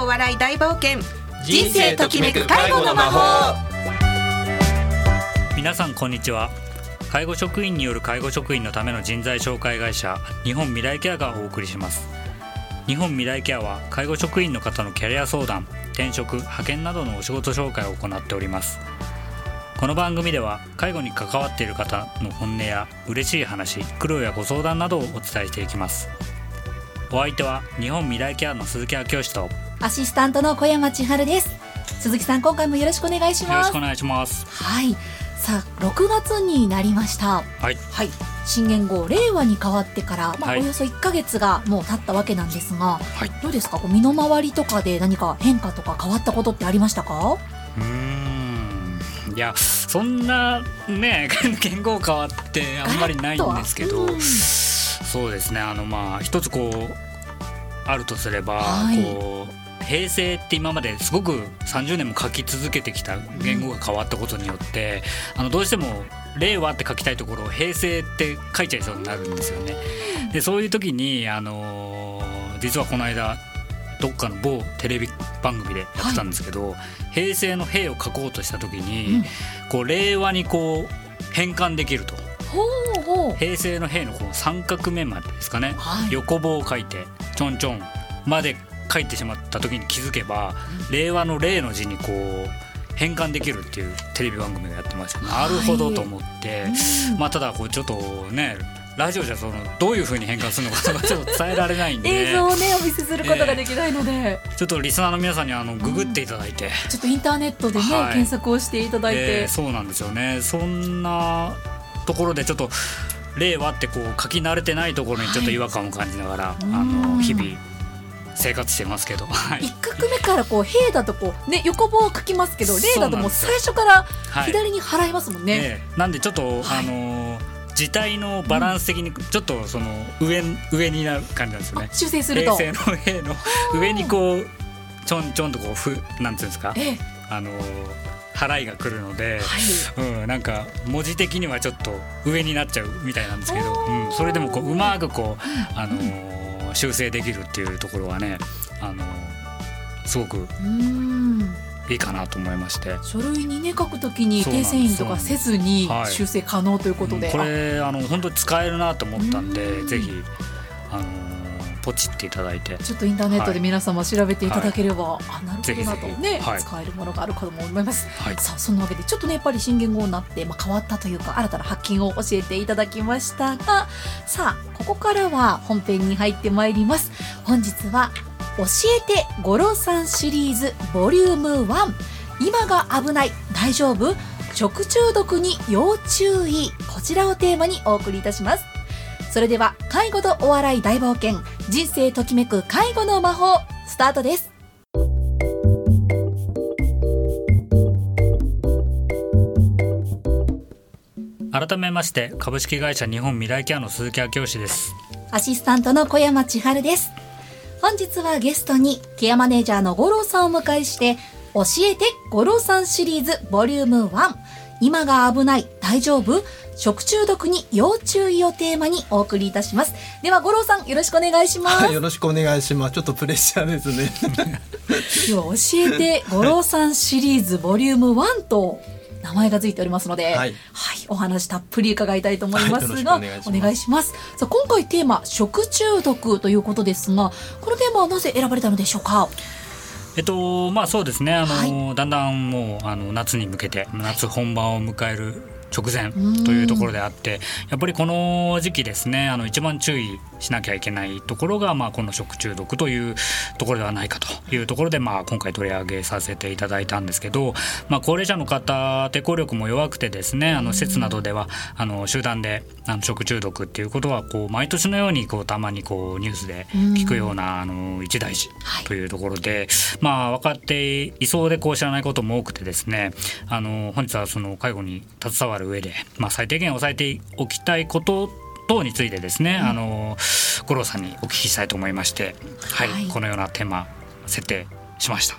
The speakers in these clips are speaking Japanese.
笑い大冒険、 人生ときめく介護の魔法。 皆さんこんにちは。介護職員による介護職員のための人材紹介会社、日本未来ケアがお送りします。日本未来ケアは介護職員の方のキャリア相談、転職、派遣などのお仕事紹介を行っております。この番組では介護に関わっている方の本音や嬉しい話、苦労やご相談などをお伝えしていきます。お相手は日本未来ケアの鈴木明義とアシスタントの小山千春です。鈴木さん、今回もよろしくお願いします。 よろしくお願いします。 はい、さあ6月になりました。 はい、 はい、新元号令和に変わってから、 はい、 およそ1ヶ月がもう経ったわけなんですが、 はい、 どうですか、身の回りとかで何か変化とか変わったことってありましたか？ いや、そんなね言語変わってあんまりないんですけど、そうですね、一つこうあるとすれば、 はい、 こう平成って今まですごく30年も書き続けてきた言語が変わったことによって、どうしても令和って書きたいところを平成って書いちゃいそうになるんですよね。でそういう時に、実はこの間どっかの某テレビ番組でやってたんですけど、はい、平成の平を書こうとした時に、こう令和にこう変換できると。平成の平のこう3画目までですかね、はい、横棒を書いてちょんちょんまで書いてしまった時に気づけば、令和の令の字にこう変換できるっていうテレビ番組がやってました、なるほどと思って、ただこうちょっとねラジオじゃどういう風に変換するのかとかちょっと伝えられないんで映像をねお見せすることができないので、 ちょっとリスナーの皆さんにググっていただいて、 ちょっとインターネットでね、はい、検索をしていただいて、 そうなんですよね。そんなところでちょっと令和ってこう書き慣れてないところにちょっと違和感を感じながら、日々生活してますけど、はい、 1画目からこう平だとこう、ね、横棒を書きますけど、令だともう最初から左に払いますもんね。 なんでちょっと、字体のバランス的にちょっと上になる感じなんですよね。 修正すると平成の平の上にこうちょんちょんとこうなんていうんですか、払いが来るので、なんか文字的にはちょっと上になっちゃうみたいなんですけど、それでもこううまくこう、修正できるっていうところはね、すごくいいかなと思いまして、 書類にね書くときに訂正印とかせずに修正可能ということで、 これ本当に使えるなと思ったんで、ぜひポチっていただいて、 ちょっとインターネットで皆様調べていただければ、なるほどなとね、使えるものがあるかと思います。さあ、そのわけでちょっとねやっぱり新元号になって、変わったというか新たな発見を教えていただきましたが、さあここからは本編に入ってまいります。本日は教えて五郎さんシリーズボリューム1、今が危ない大丈夫、食中毒に要注意、こちらをテーマにお送りいたします。それでは介護とお笑い大冒険、人生ときめく介護の魔法、スタートです。 改めまして株式会社日本未来ケアの鈴木明義です。 アシスタントの小山千春です。本日はゲストにケアマネージャーの五郎さんをお迎えして、教えて五郎さんシリーズボリューム1、今が危ない大丈夫、食中毒に要注意をテーマにお送りいたします。では五郎さん、よろしくお願いします。 よろしくお願いします。ちょっとプレッシャーですね今日は教えて五郎さんシリーズボリューム1と名前がついておりますので、お話たっぷり伺いたいと思いますが、お願いします。さあ、今回テーマ食中毒ということですが、このテーマはなぜ選ばれたのでしょうか？ そうですね、だんだんもう夏に向けて、夏本番を迎える直前というところであって、やっぱりこの時期ですね、一番注意しなきゃいけないところが、この食中毒というところではないかというところで、今回取り上げさせていただいたんですけど、高齢者の方抵抗力も弱くてですね、施設などでは集団で食中毒っていうことは毎年のようにたまにニュースで聞くような一大事というところで、分かっていそうで知らないことも多くてですね、本日はその介護に携わる上で、最低限押さえておきたいこと等についてですね、五郎さんにお聞きしたいと思いまして、このようなテーマ設定しました。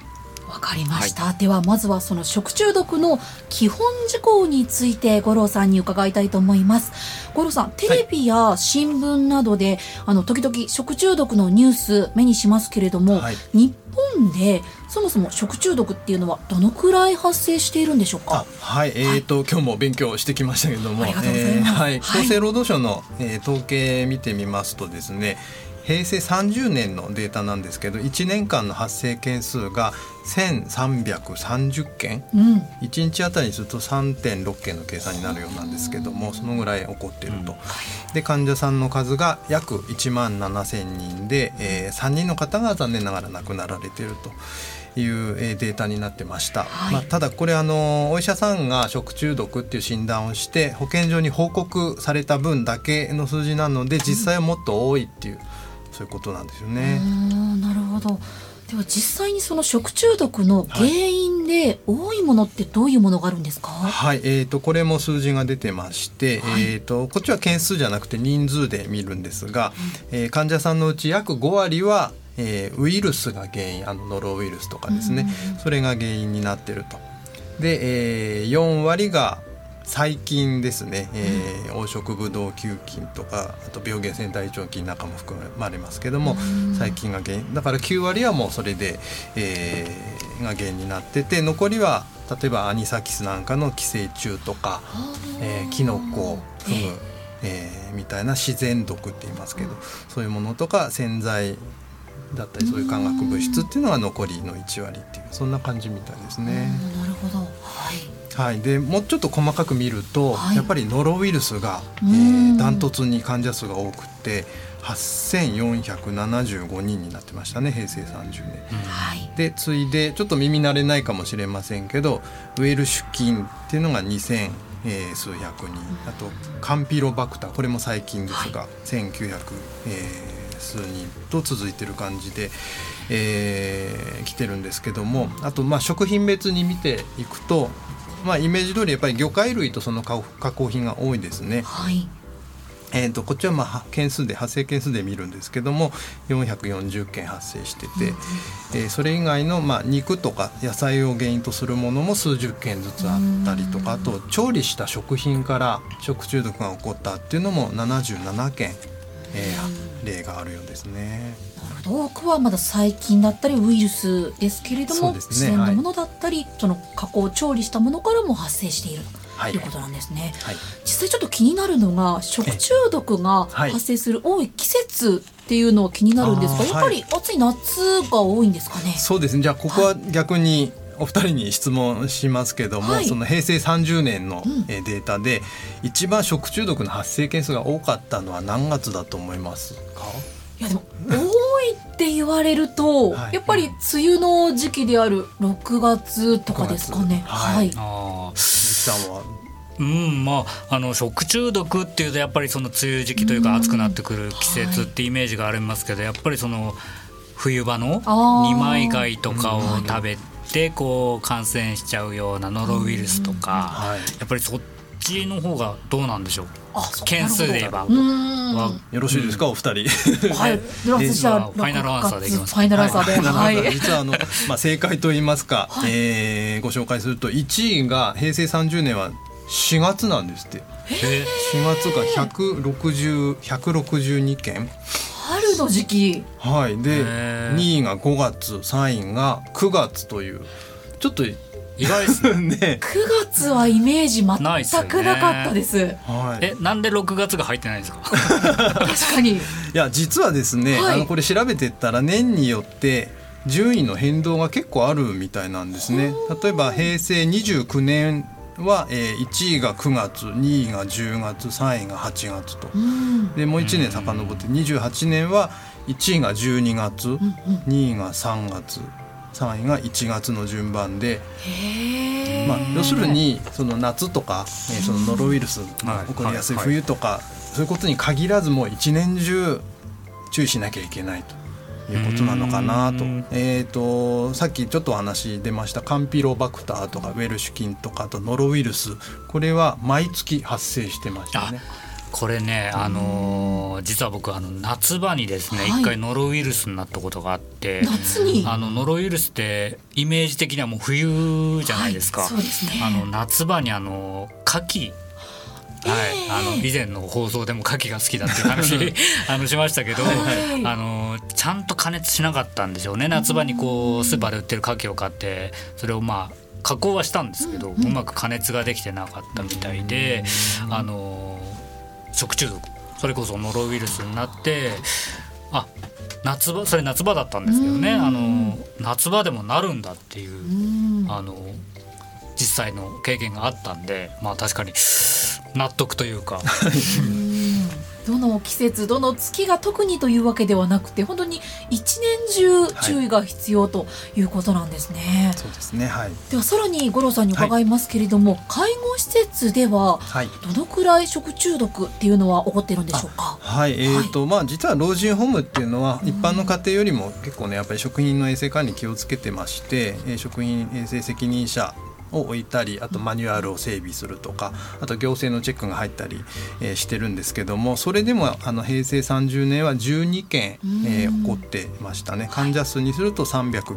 わかりました、ではまずはその食中毒の基本事項について五郎さんに伺いたいと思います。五郎さん、テレビや新聞などで、時々食中毒のニュース目にしますけれども、日本でそもそも食中毒っていうのはどのくらい発生しているんでしょうか。 今日も勉強してきましたけれども、厚生労働省の、統計見てみますとですね、平成30年のデータなんですけど、1年間の発生件数が1330件、1日あたりにすると 3.6 件の計算になるようなんですけども、そのぐらい起こっていると。で、患者さんの数が約1万7000人で、3人の方が残念ながら亡くなられているというデータになってました、ただこれお医者さんが食中毒っていう診断をして保健所に報告された分だけの数字なので、実際はもっと多いっていう、そういうことなんですよね。 なるほど。では実際にその食中毒の原因で多いものってどういうものがあるんですか。 これも数字が出てまして、こっちは件数じゃなくて人数で見るんですが、患者さんのうち約5割はウイルスが原因、ノロウイルスとかですね、それが原因になっていると。で、4割が細菌ですね、黄色ブドウ球菌とか、あと病原性大腸菌なんかも含まれますけども、細菌が原因だから9割はもうそれで、が原因になってて、残りは例えばアニサキスなんかの寄生虫とか、キノコ、フグ、みたいな自然毒って言いますけど、そういうものとか洗剤だったり、そういう化学物質っていうのが残りの1割っていう、そんな感じみたいですね。 なるほど。 でもうちょっと細かく見ると、やっぱりノロウイルスが、ダントツに患者数が多くて8475人になってましたね、平成30年、で次いでちょっと耳慣れないかもしれませんけど、ウエルシュ菌っていうのが2000数百人、あとカンピロバクター、これも最近ですが、1900、数人と続いてる感じで、来てるんですけども、あと食品別に見ていくと、イメージ通りやっぱり魚介類とその加工品が多いですね。こっちは発生件数で見るんですけども、440件発生してて、それ以外の肉とか野菜を原因とするものも数十件ずつあったりとか、あと調理した食品から食中毒が起こったっていうのも77件、例があるようですね。 多くはまだ細菌だったりウイルスですけれども、自然のものだったり、その加工調理したものからも発生しているということなんですね。実際ちょっと気になるのが、食中毒が発生する多い季節っていうのは気になるんですが、やっぱり暑い夏が多いんですかね。 そうですね。じゃあここは逆にお二人に質問しますけども、その平成30年のデータで一番食中毒の発生件数が多かったのは何月だと思いますか。 いやでも多いって言われると、やっぱり梅雨の時期である6月とかですかね。 さんは食中毒っていうとやっぱりその梅雨時期というか暑くなってくる季節ってイメージがありますけど、やっぱりその冬場の二枚貝とかを食べてこう感染しちゃうようなノロウイルスとか、やっぱりそっちの方がどうなんでしょう。件数で言えばよろしいですか、お二人。 では私はファイナルアンサーでいきます。 ファイナルアンサーで、 実は正解といいますか、ご紹介すると1位が平成30年は4月なんですって。4月が162件、 春の時期。 で2位が5月、3位が9月という、ちょっと意外ですね。 9月はイメージ全くなかったです。 なんで6月が入ってないんですか。 確かに。いや実はですね、これ調べてったら年によって順位の変動が結構あるみたいなんですね。例えば平成29年は1位が9月、2位が10月、3位が8月と、でもう1年遡って28年は1位が12月、2位が3月、3位が1月の順番で、要するにその夏とか、そのノロウイルスが起こりやすい冬とか、そういうことに限らずもう一年中注意しなきゃいけないということなのかなと。さっきちょっとお話出ましたカンピロバクターとかウェルシュ菌とか、あとノロウイルス、これは毎月発生してましたね。 これね、実は僕夏場にですね、一回ノロウイルスになったことがあって、 夏にノロウイルスってイメージ的にはもう冬じゃないですか。 そうですね。 夏場に牡蠣、以前の放送でも牡蠣が好きだっていう話しましたけど、ちゃんと加熱しなかったんでしょうね。夏場にこうスーパーで売ってる牡蠣を買って、それを加工はしたんですけど、うまく加熱ができてなかったみたいで、食中毒、それこそノロウイルスになって、それ夏場だったんですけどね、夏場でもなるんだっていう実際の経験があったんで、確かに納得というかどの季節どの月が特にというわけではなくて、本当に一年中注意が必要ということなんですね。 そうですね、はい。 ではさらに五郎さんに伺いますけれども、介護施設ではどのくらい食中毒っていうのは起こっているんでしょうか。 実は老人ホームっていうのは一般の家庭よりも結構ね、やっぱり食品の衛生管理気をつけてまして、食品衛生責任者を置いたり、あとマニュアルを整備するとか、あと行政のチェックが入ったり、してるんですけども、それでも平成30年は12件、起こってましたね。患者数にすると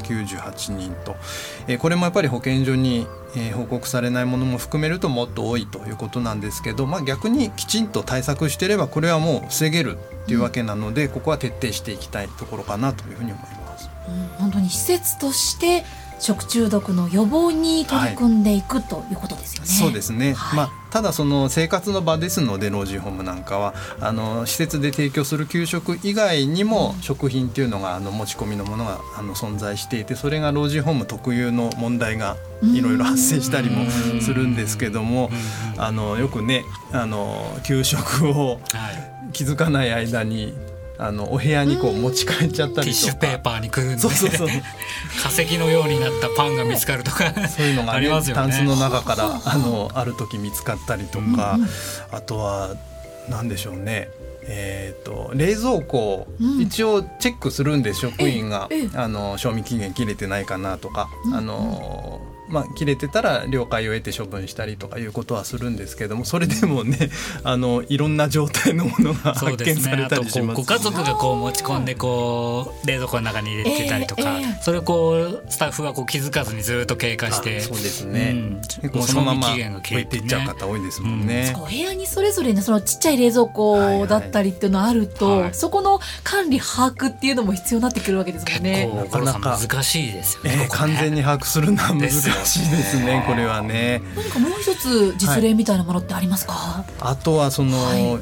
398人と、これもやっぱり保健所に、報告されないものも含めるともっと多いということなんですけど、逆にきちんと対策していればこれはもう防げるっていうわけなので、ここは徹底していきたいところかなというふうに思います。 本当に施設として食中毒の予防に取り組んでいく、ということですよね。 そうですね、ただその生活の場ですので、老人ホームなんかは施設で提供する給食以外にも食品っていうのが持ち込みのものが存在していて、それが老人ホーム特有の問題がいろいろ発生したりもするんですけども、よくね給食を気づかない間にお部屋に持ち帰っちゃったりとか、 ティッシュペーパーにくるんで、 そう化石のようになったパンが見つかるとかそういうのが、 ありますよね。 タンスの中からある時見つかったりとか、あとは何でしょうね、冷蔵庫を一応チェックするんで、職員が賞味期限切れてないかなとか、切れてたら了解を得て処分したりとかいうことはするんですけども、それでもねいろんな状態のものが発見されたりします。 ご家族が持ち込んで冷蔵庫の中に入れてたりとか、それをスタッフが気づかずにずっと経過して、 そうですね、結構そのまま置いていっちゃう方多いですもんね。 お部屋にそれぞれそのちっちゃい冷蔵庫だったりっていうのがあると、そこの管理把握っていうのも必要になってくるわけですもんね。 結構なかなか難しいですよね。 完全に把握するのは難しいですね、これはね。 何かもう一つ実例みたいなものってありますか。 あとは食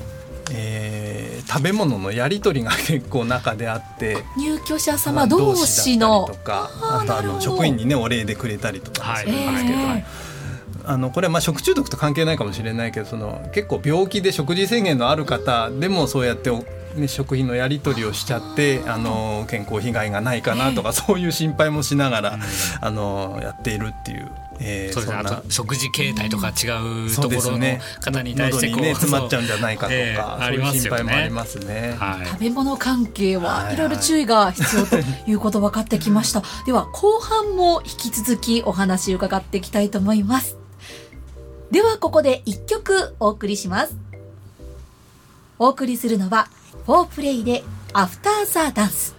べ物のやり取りが結構中であって、 入居者様同士のとか、あと職員にねお礼でくれたりとかするんですけど、これは食中毒と関係ないかもしれないけど、結構病気で食事制限のある方でもそうやって食品のやり取りをしちゃって健康被害がないかなとか、そういう心配もしながらやっているっていう。 そうですね、あと食事形態とか違うところの方に対して喉に詰まっちゃうんじゃないかとか、そういう心配もありますね。 食べ物関係はいろいろ注意が必要ということ分かってきました。では後半も引き続きお話伺っていきたいと思います。ではここで1曲お送りします。お送りするのはフォープレイでアフターザダンス。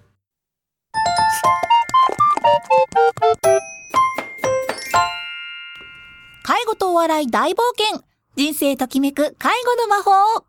介護とお笑い大冒険、人生ときめく介護の魔法。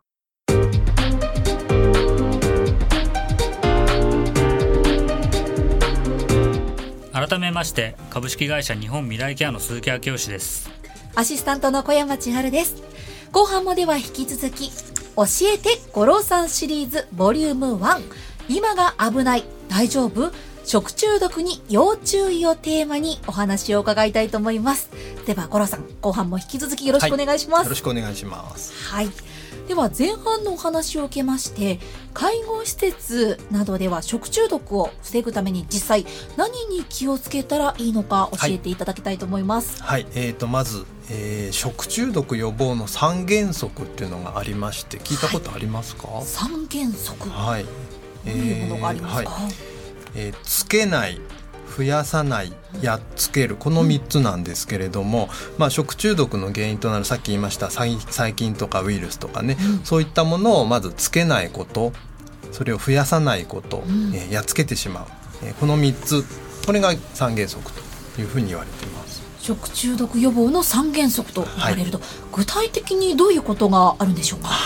改めまして株式会社日本未来ケアの鈴木明義です。 アシスタントの小山千春です。後半もでは引き続き教えて五郎さんシリーズボリューム1、今が危ない大丈夫、食中毒に要注意をテーマにお話を伺いたいと思います。では五郎さん、後半も引き続きよろしくお願いします。 よろしくお願いします。 はい、では前半のお話を受けまして、介護施設などでは食中毒を防ぐために実際何に気をつけたらいいのか教えていただきたいと思います。 まず、食中毒予防の3原則っていうのがありまして、聞いたことありますか ？3原則、 はい、 どういうものがありますか？ つけない、 増やさない、やっつける、この3つなんですけれども、食中毒の原因となるさっき言いました細菌とかウイルスとかね、そういったものをまずつけないこと、それを増やさないこと、やっつけてしまう、この3つ、これが3原則というふうに言われています。 食中毒予防の3原則と言われると、具体的にどういうことがあるんでしょうか。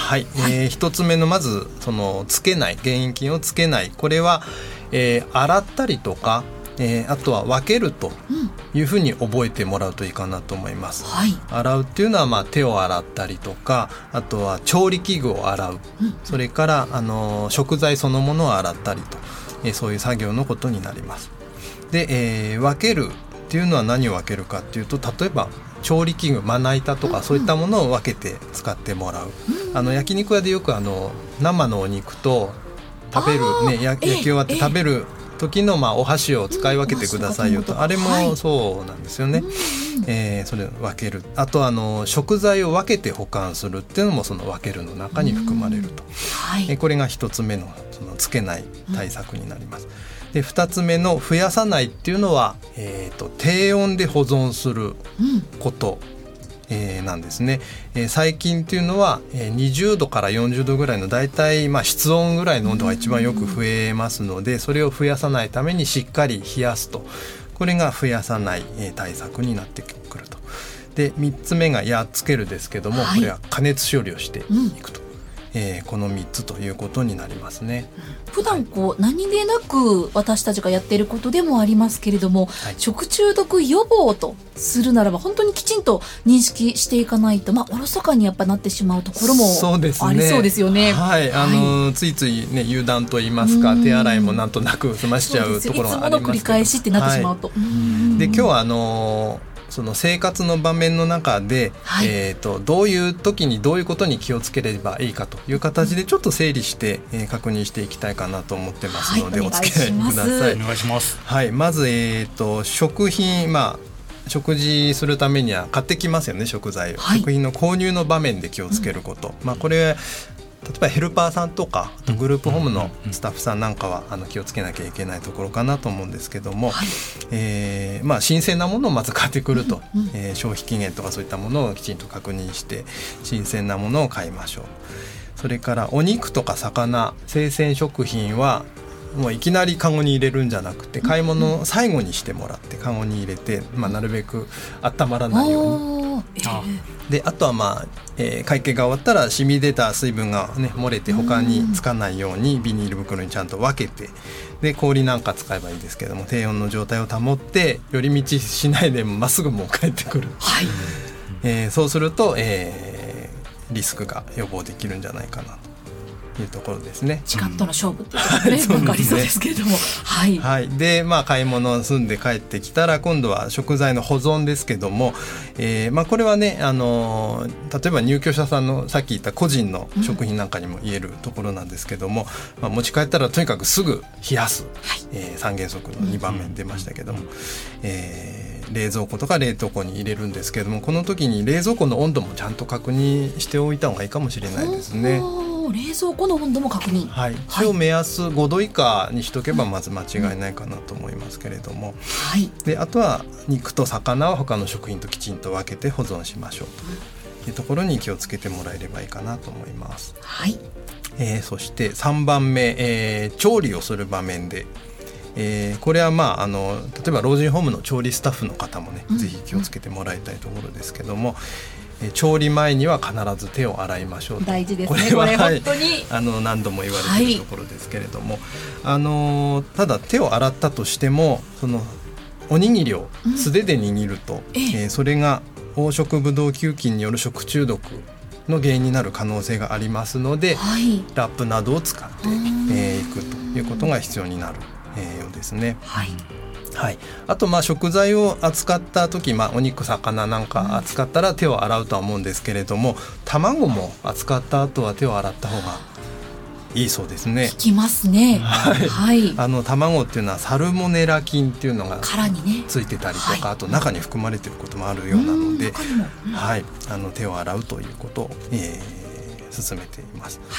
1つ目のまずそのつけない、原因菌をつけない、これは、洗ったりとか、あとは分けるというふうに覚えてもらうといいかなと思います。洗うっていうのは手を洗ったりとか、あとは調理器具を洗う、それから食材そのものを洗ったりと、そういう作業のことになります。で、分けるっていうのは何を分けるかっていうと、例えば調理器具、まな板とかそういったものを分けて使ってもらう、焼肉屋でよく生のお肉と食べる、焼き終わって食べる時のお箸を使い分けてくださいよと、あれもそうなんですよね。それを分ける、あと食材を分けて保管するっていうのもその分けるの中に含まれると、これが一つ目のそのつけない対策になります。で2つ目の増やさないっていうのは、低温で保存すること、なんですね。細菌っていうのは、20度から40度ぐらいのだいたい室温ぐらいの温度が一番よく増えますので、それを増やさないためにしっかり冷やすと、これが増やさない、対策になってくると。で3つ目がやっつけるですけども、これは加熱処理をしていくと、この3つということになりますね。 普段何気なく私たちがやっていることでもありますけれども、食中毒予防とするならば本当にきちんと認識していかないと、おろそかにやっぱなってしまうところもありそうですよね。 ついついね、油断と言いますか、手洗いもなんとなく済ましちゃうところがありますけど、いつもの繰り返しってなってしまうと、で今日はその生活の場面の中で、どういう時にどういうことに気をつければいいかという形でちょっと整理して、確認していきたいかなと思ってますので、お付き合いください。 お願いします。 まず、食品、食事するためには買ってきますよね、食材を、食品の購入の場面で気をつけること、これ例えばヘルパーさんとかグループホームのスタッフさんなんかは気をつけなきゃいけないところかなと思うんですけども、新鮮なものをまず買ってくると、消費期限とかそういったものをきちんと確認して新鮮なものを買いましょう。それからお肉とか魚、生鮮食品はもういきなりカゴに入れるんじゃなくて、買い物を最後にしてもらってカゴに入れて、なるべく温まらないように。であとは会計が終わったら染み出た水分が、漏れて他につかないようにビニール袋にちゃんと分けて、で氷なんか使えばいいですけども、低温の状態を保って寄り道しないでまっすぐもう帰ってくる、そうすると、リスクが予防できるんじゃないかなというところですね。 時間との勝負っていうところね、なんかありそうですけれども、 で買い物を済んで帰ってきたら今度は食材の保存ですけども、これはね、例えば入居者さんのさっき言った個人の食品なんかにも言えるところなんですけども、持ち帰ったらとにかくすぐ冷やす、3原則の2番目に出ましたけども、冷蔵庫とか冷凍庫に入れるんですけども、この時に冷蔵庫の温度もちゃんと確認しておいた方がいいかもしれないですね。 冷蔵庫の温度も確認、 一応目安5度以下にしとけばまず間違いないかなと思いますけれども、であとは肉と魚は他の食品ときちんと分けて保存しましょうというところに気をつけてもらえればいいかなと思います。そして3番目、調理をする場面で、これは例えば老人ホームの調理スタッフの方もね、ぜひ気をつけてもらいたいところですけども、調理前には必ず手を洗いましょうと。 大事ですね、これ本当に何度も言われているところですけれども、ただ手を洗ったとしても、そのおにぎりを素手で握ると、それが黄色ブドウ球菌による食中毒の原因になる可能性がありますので、ラップなどを使っていくということが必要になるようですね。あと食材を扱った時、お肉魚なんか扱ったら手を洗うとは思うんですけれども、卵も扱った後は手を洗った方がいいそうですね。 聞きますね。 卵っていうのはサルモネラ菌っていうのが殻にねついてたりとか、あと中に含まれていることもあるようなので、手を洗うということを、進めています。そ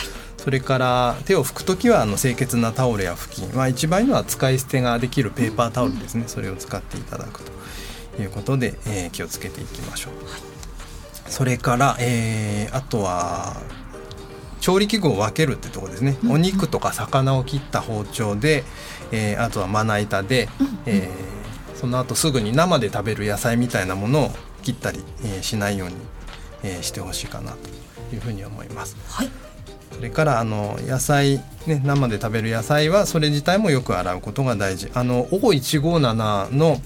それから手を拭くときは清潔なタオルや布巾、一番いいのは使い捨てができるペーパータオルですね、それを使っていただくということで、気をつけていきましょう。それから、あとは調理器具を分けるってところですね、お肉とか魚を切った包丁で、あとはまな板で、その後すぐに生で食べる野菜みたいなものを切ったり、しないように、してほしいかなというふうに思います。はい、それから野菜、ね、生で食べる野菜はそれ自体もよく洗うことが大事。O157 の、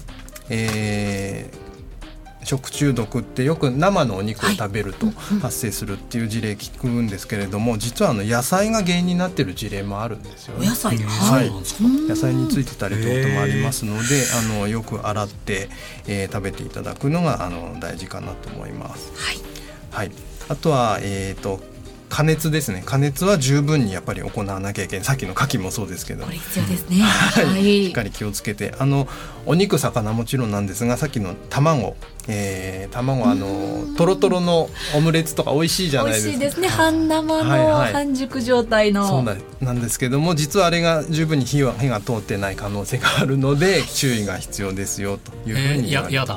食中毒ってよく生のお肉を食べると発生するっていう事例聞くんですけれども、実は野菜が原因になっている事例もあるんですよね。 お野菜、 野菜についてたりということもありますので、よく洗って、食べていただくのが大事かなと思います。はい、あとは、加熱ですね。加熱は十分にやっぱり行わなきゃいけない。さっきの牡蠣もそうですけど、 これ必要ですね。 しっかり気をつけて、お肉魚もちろんなんですが、さっきの卵トロトロのオムレツとか美味しいじゃないですか。 美味しいですね。半生の半熟状態の、 そうなんですけども、実はあれが十分に火が通ってない可能性があるので注意が必要ですよというふうに言われます。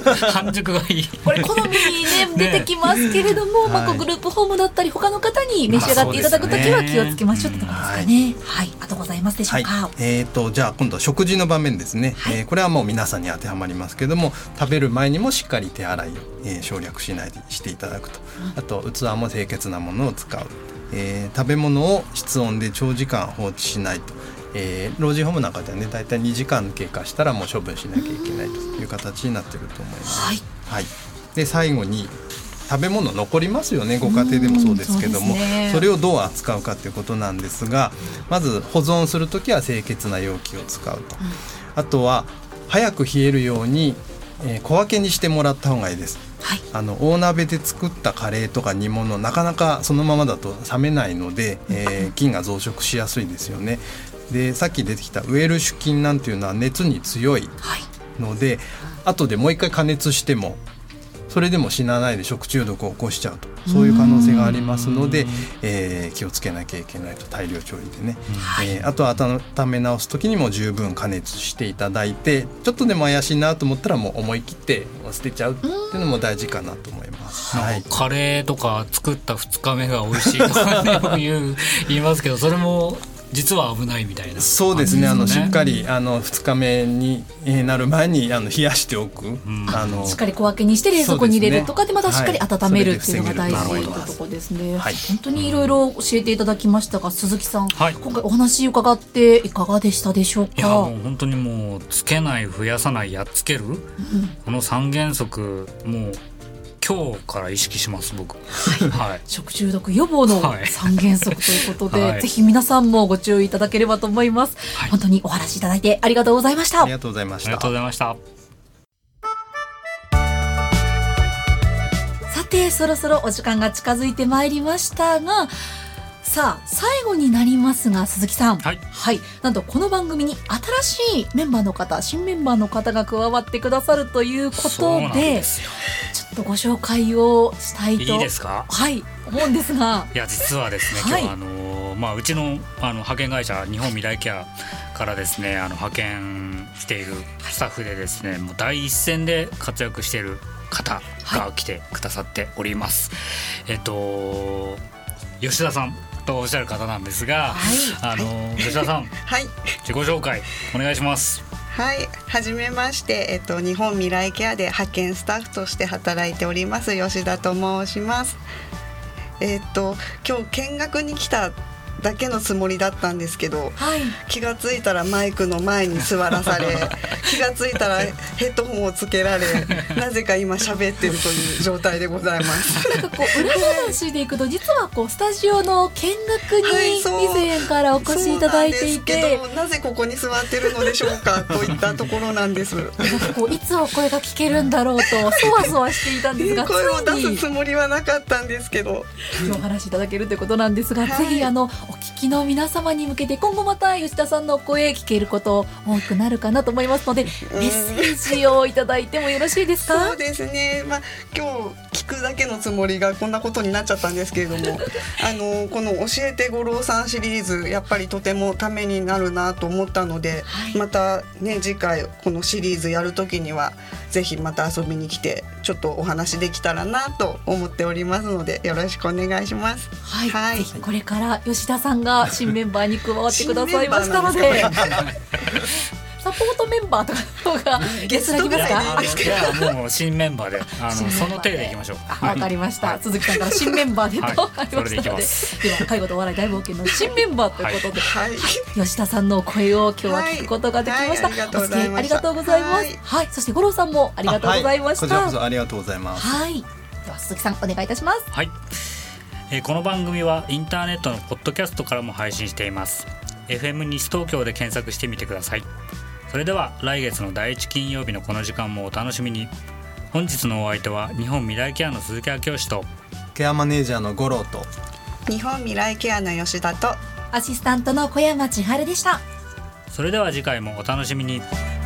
やだ半熟がいいこれ好みに、出てきますけれども、グループホームだったり他の方に召し上がっていただくときは気をつけましょうってところですかね。あとございますでしょうか。 じゃあ今度は食事の場面ですね。これはもう皆さんに当てはまりますけども、食べる前にもしっかり手洗いを、省略しないでしていただくと。あと器も清潔なものを使う。食べ物を室温で長時間放置しないと。老人ホームなんかではね、だいたい2時間経過したらもう処分しなきゃいけないという形になっていると思います。で最後に食べ物残りますよね。ご家庭でもそうですけども、それをどう扱うかということなんですが、まず保存するときは清潔な容器を使うと。あとは早く冷えるように、小分けにしてもらった方がいいです。大鍋で作ったカレーとか煮物、なかなかそのままだと冷めないので、菌が増殖しやすいですよね。でさっき出てきたウエルシュ菌なんていうのは熱に強いので、後でもう一回加熱してもそれでも死なないで食中毒を起こしちゃうと、そういう可能性がありますので、気をつけなきゃいけないと。大量調理でね、あとは温め直す時にも十分加熱していただいて、ちょっとでも怪しいなと思ったらもう思い切って捨てちゃうっていうのも大事かなと思います。 カレーとか作った2日目が美味しいとか、ね、言いますけど、それも実は危ないみたいな。 そうですね。しっかり2日目になる前に冷やしておく、 しっかり小分けにして冷蔵庫に入れるとかで、またしっかり温めるっていうのが大事というところですね。本当にいろいろ教えていただきましたが、鈴木さん、今回お話伺っていかがでしたでしょうか。 いや、もう本当にもうつけない、増やさない、やっつける、この3原則、もう今日から意識します僕。 食中毒予防の3原則ということで、ぜひ皆さんもご注意いただければと思います。本当にお話いただいてありがとうございました。 ありがとうございました。 ありがとうございました。 さて、そろそろお時間が近づいてまいりましたが、さあ最後になりますが、鈴木さん、なんとこの番組に新しいメンバーの方、新メンバーの方が加わってくださるということで、ちょっとご紹介をしたいと。 いいですか。 思うんですが、 いや実はですね、今日うちの派遣会社日本未来ケアからですね、派遣しているスタッフでですね、もう第一線で活躍している方が来てくださっております。吉田さんとおっしゃる方なんですが、吉田さん、自己紹介お願いします。 はじめまして、日本未来ケアで派遣スタッフとして働いております吉田と申します。今日見学に来ただけのつもりだったんですけど、気がついたらマイクの前に座らされ気がついたらヘッドホンをつけられ、なぜか今喋ってるという状態でございます。 なんか裏話でいくと、実はスタジオの見学に以前からお越しいただいていて、 なぜここに座ってるのでしょうかといったところなんです。 いつお声が聞けるんだろうとそわそわしていたんですが、 声を出すつもりはなかったんですけど、 今日お話しいただけるということなんですが、ぜひお聞きの皆様に向けて今後また吉田さんの声聞けること多くなるかなと思いますので、メッセージをいただいてもよろしいですか？ そうですね、今日聞くだけのつもりがこんなことになっちゃったんですけれどもこの教えて五郎さんシリーズやっぱりとてもためになるなと思ったので、またね次回このシリーズやるときにはぜひまた遊びに来てちょっとお話できたらなと思っておりますのでよろしくお願いします。 はい、ぜひこれから吉田さんが新メンバーに加わってくださいましたのでサポートメンバーとかがゲストに来ますか？ いやもう新メンバーでその手でいきましょう。 わかりました、鈴木さんから新メンバーでとありましたので、では介護と笑い大冒険の新メンバーということで、吉田さんの声を今日は聞くことができました。お付き合いありがとうございます。はい、そして五郎さんもありがとうございました。 こちらこそありがとうございます。 はい、では鈴木さんお願いいたします。 はい、この番組はインターネットのポッドキャストからも配信しています。 FM 西東京で検索してみてください。それでは来月の第1金曜日のこの時間もお楽しみに。本日のお相手は日本未来ケアの鈴木明義とケアマネージャーの五郎と日本未来ケアの吉田とアシスタントの小山千春でした。 それでは次回もお楽しみに。